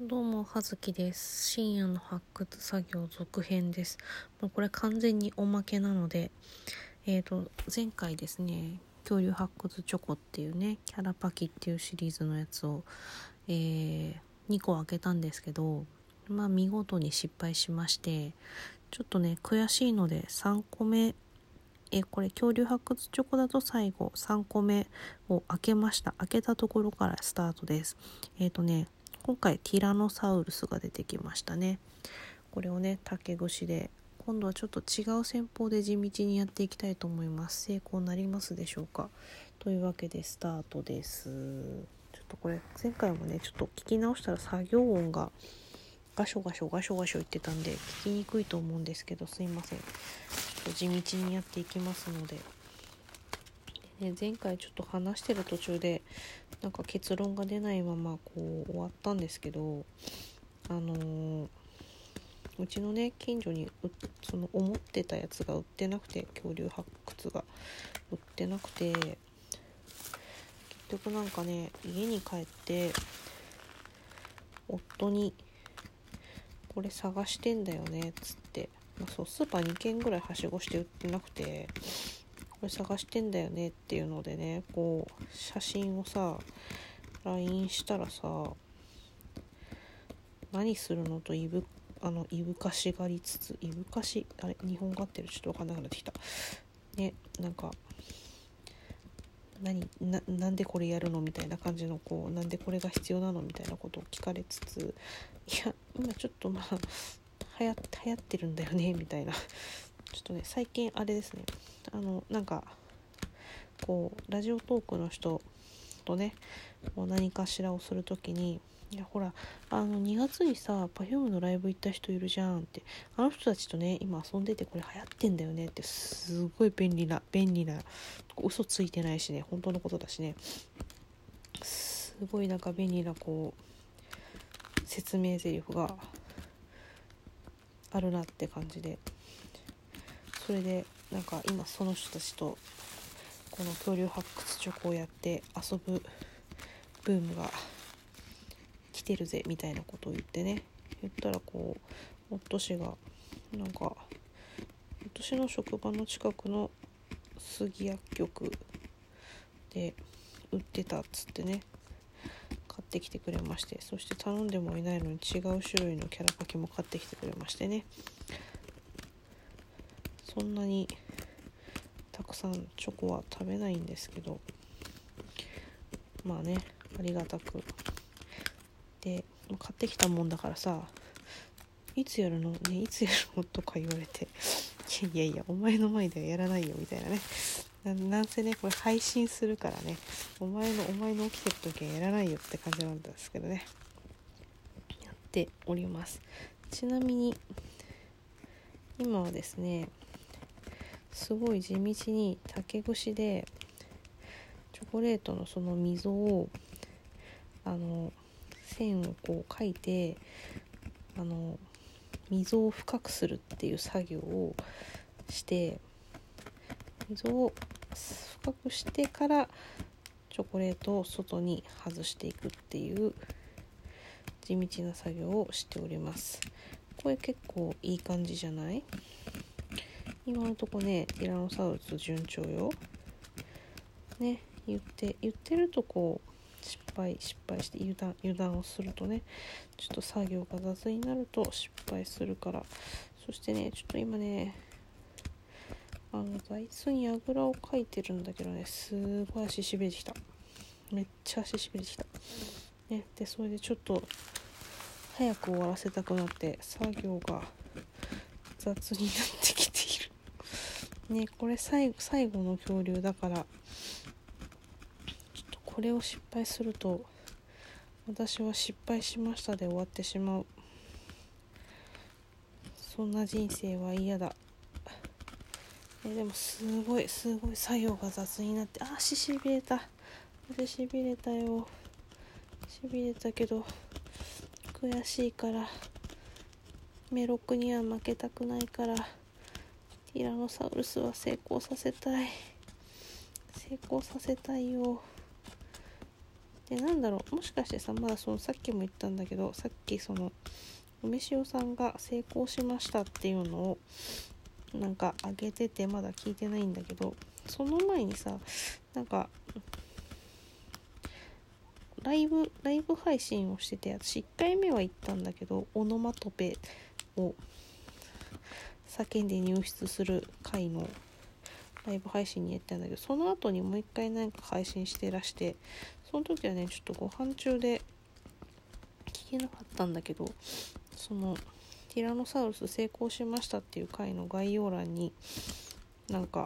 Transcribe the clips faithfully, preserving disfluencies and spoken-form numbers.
どうも、はずきです。深夜の発掘作業続編です。もうこれ完全におまけなので、えーと、前回ですね、恐竜発掘チョコっていうね、キャラパキっていうシリーズのやつを、えー、にこ開けたんですけど、まあ見事に失敗しまして、ちょっとね、悔しいのでさんこめ、えー、これ恐竜発掘チョコだと最後さんこめを開けました。開けたところからスタートです。えーとね、今回ティラノサウルスが出てきましたね。これをね、竹串で今度はちょっと違う戦法で地道にやっていきたいと思います。成功なりますでしょうか。というわけでスタートです。ちょっとこれ前回もねちょっと聞き直したら作業音がガショガショガショガショ言ってたんで聞きにくいと思うんですけど、すいません。ちょっと地道にやっていきますので。ね、前回ちょっと話してる途中でなんか結論が出ないままこう終わったんですけど、あのー、うちのね近所にその思ってたやつが売ってなくて、恐竜発掘が売ってなくて、結局なんかね家に帰って夫にこれ探してんだよねっつって、まあ、そうスーパーにけんぐらいはしごして売ってなくて、これ探してんだよねっていうのでね、こう写真をさ ライン したらさ、何するのといぶあのいぶかしがりつつ、いぶかしあれ日本語合ってる、ちょっと分かんなくなってきたね。なんか何 な, なんでこれやるのみたいな感じの、こうなんでこれが必要なのみたいなことを聞かれつつ、いや今ちょっとまあ流行流行ってるんだよねみたいな。ちょっとね最近あれですね、あのなんかこうラジオトークの人とねもう何かしらをするときに、いやほらあのにがつにさ Perfume のライブ行った人いるじゃんって、あの人たちとね今遊んでてこれ流行ってんだよねって、すごい便利な便利な、嘘ついてないしね本当のことだしね、すごいなんか便利なこう説明台詞があるなって感じで、それでなんか今その人たちとこの恐竜発掘チョコをやって遊ぶブームが来てるぜみたいなことを言ってね、言ったらこう夫氏がなんか私の職場の近くの杉薬局で売ってたっつってね買ってきてくれまして、そして頼んでもいないのに違う種類のキャラパキも買ってきてくれましてね、そんなにたくさんチョコは食べないんですけど、まあねありがたくで買ってきたもんだからさ、いつやるのねいつやるのとか言われて、いやいやお前の前ではやらないよみたいなね、 な, なんせねこれ配信するからね、お前のお前の起きてる時はやらないよって感じなんですけどね、やっております。ちなみに今はですねすごい地道に竹串でチョコレートのその溝をあの線をこう書いて、あの溝を深くするっていう作業をして、溝を深くしてからチョコレートを外に外していくっていう地道な作業をしております。これ結構いい感じじゃない？今のとこねティラノサウルス順調よね。言って言ってるとこう失敗失敗して油断油断をするとね、ちょっと作業が雑になると失敗するから。そしてねちょっと今ねあの座椅子にあぐらをかいてるんだけどね、すごい足しびれてきた、めっちゃ足しびれてきたね。でそれでちょっと早く終わらせたくなって作業が雑になってきているね。これ最後最後の恐竜だから、ちょっとこれを失敗すると私は失敗しましたで終わってしまう。そんな人生は嫌だ。えでもすごいすごい作業が雑になって、あ足しびれた、足しびれたよ、しびれたけど悔しいからメロクには負けたくないから、ティラノサウルスは成功させたい成功させたいよ。 でなんだろう、もしかしてさ、まだそのさっきも言ったんだけど、さっきその梅塩さんが成功しましたっていうのをなんか上げてて、まだ聞いてないんだけど、その前にさ、なんかライブライブ配信をしてて、私いっかいめは行ったんだけど、オノマトペを叫んで入室する回のライブ配信にやったんだけど、その後にもう一回なんか配信してらして、その時はねちょっとご飯中で聞けなかったんだけど、そのティラノサウルス成功しましたっていう回の概要欄になんか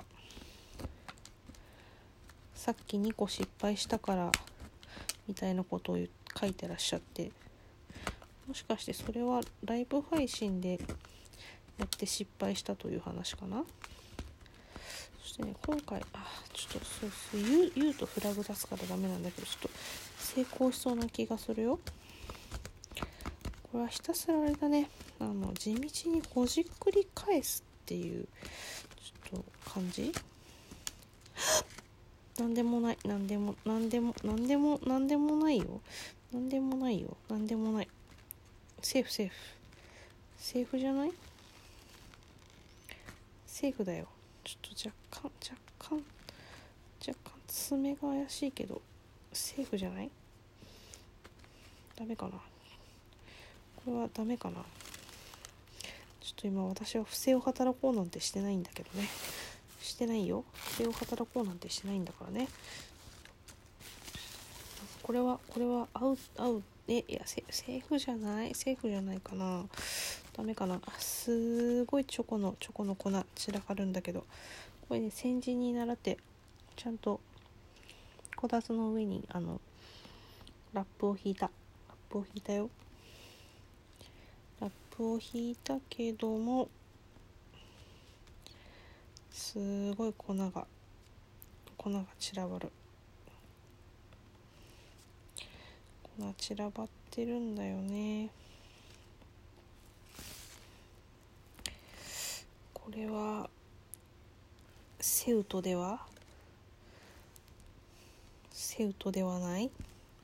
さっきにこ失敗したからみたいなことを書いてらっしゃって、もしかしてそれはライブ配信でやって失敗したという話かな。そしてね、今回あちょっとそうそう言う、言うとフラグ出すからダメなんだけど、ちょっと成功しそうな気がするよ。これはひたすらあれだね、あの地道にほじくり返すっていうちょっと感じ。なんでもない、なんでもなんでもなんでもなんでもないよ、なんでもないよ、なんでもない。セーフセーフセーフじゃない？セーフだよ。ちょっと若干若干若干爪が怪しいけどセーフじゃない？ダメかな、これはダメかな。ちょっと今私は不正を働こうなんてしてないんだけどね。してないよ。不正を働こうなんてしてないんだからね。これはこれは合う合うえいやセーフじゃないセーフじゃないかな。ダメかな。すごいチョコのチョコの粉散らかるんだけど、これね先人に習ってちゃんとこたつの上にあのラップを引いたラップを引いたよ。ラップを引いたけどもすごい粉が粉が散らばる粉散らばってるんだよね。これはセウトではセウトではない。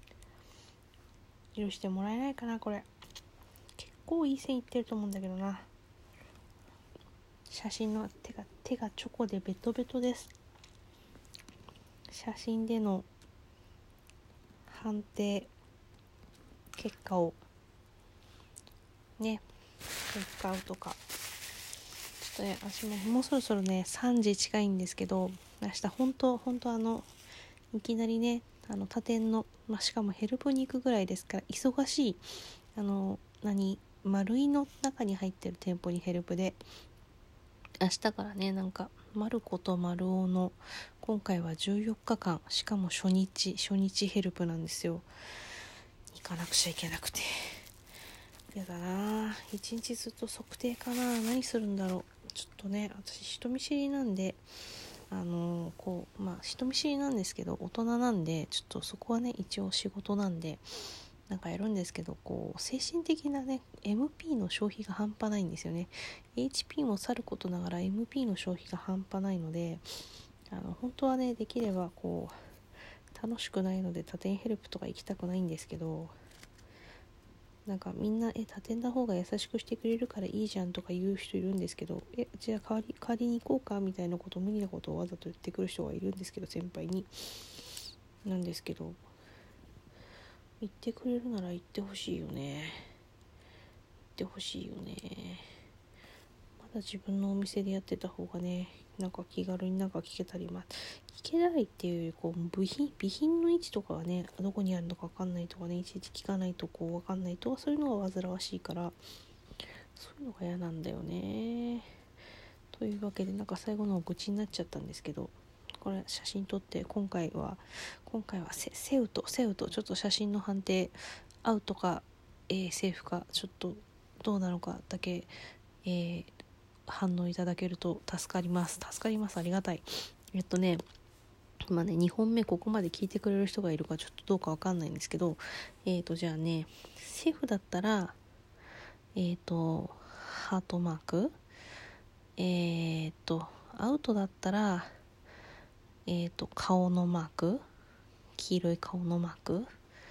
許してもらえないかな。これ結構いい線いってると思うんだけどな。写真の手が手がチョコでベトベトです。写真での判定結果をねチェックアウトか。ちょっとね私ももうそろそろねさんじ近いんですけど、明日本当本当あのいきなりねあの他店の、まあ、しかもヘルプに行くぐらいですから忙しいあの何丸いの中に入ってる店舗にヘルプで、明日からねなんかマルコとマルオの今回はじゅうよっかかん、しかも初日初日ヘルプなんですよ。行かなくちゃいけなくてやだな。一日ずっと測定かな。何するんだろう。ちょっとね私人見知りなんであのー、こうまあ人見知りなんですけど大人なんで、ちょっとそこはね一応仕事なんでなんかやるんですけど、こう精神的なね エムピー の消費が半端ないんですよね。 エイチピー もさることながら エムピー の消費が半端ないので、あの本当はねできればこう楽しくないので他店ヘルプとか行きたくないんですけど、なんかみんなえ他店の方が優しくしてくれるからいいじゃんとか言う人いるんですけど、えじゃあ代わり代わりに行こうかみたいなこと無理なことをわざと言ってくる人がいるんですけど、先輩になんですけど、言ってくれるなら言ってほしいよね。言ってほしいよね。まだ自分のお店でやってた方がねなんか気軽になんか聞けたり、まあ聞けないっていうよりこう部品備品の位置とかがねどこにあるのか分かんないとかね、いちいち聞かないとこう分かんないとか、そういうのが煩わしいからそういうのが嫌なんだよね。というわけでなんか最後の愚痴になっちゃったんですけど、これ写真撮って今回は今回はセセウとセウとちょっと写真の判定アウトか、えー、セーフかちょっとどうなのかだけ、えー、反応いただけると助かります助かりますありがたい。えっとねまあねにほんめここまで聞いてくれる人がいるかちょっとどうかわかんないんですけど、えーとじゃあねセーフだったらえーとハートマーク、えーとアウトだったらえーと顔のマーク、黄色い顔のマーク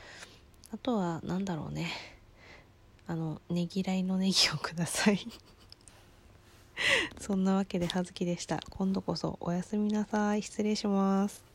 あとはなんだろうね、あのねぎらいのネギをくださいそんなわけで葉月でした。今度こそおやすみなさい。失礼します。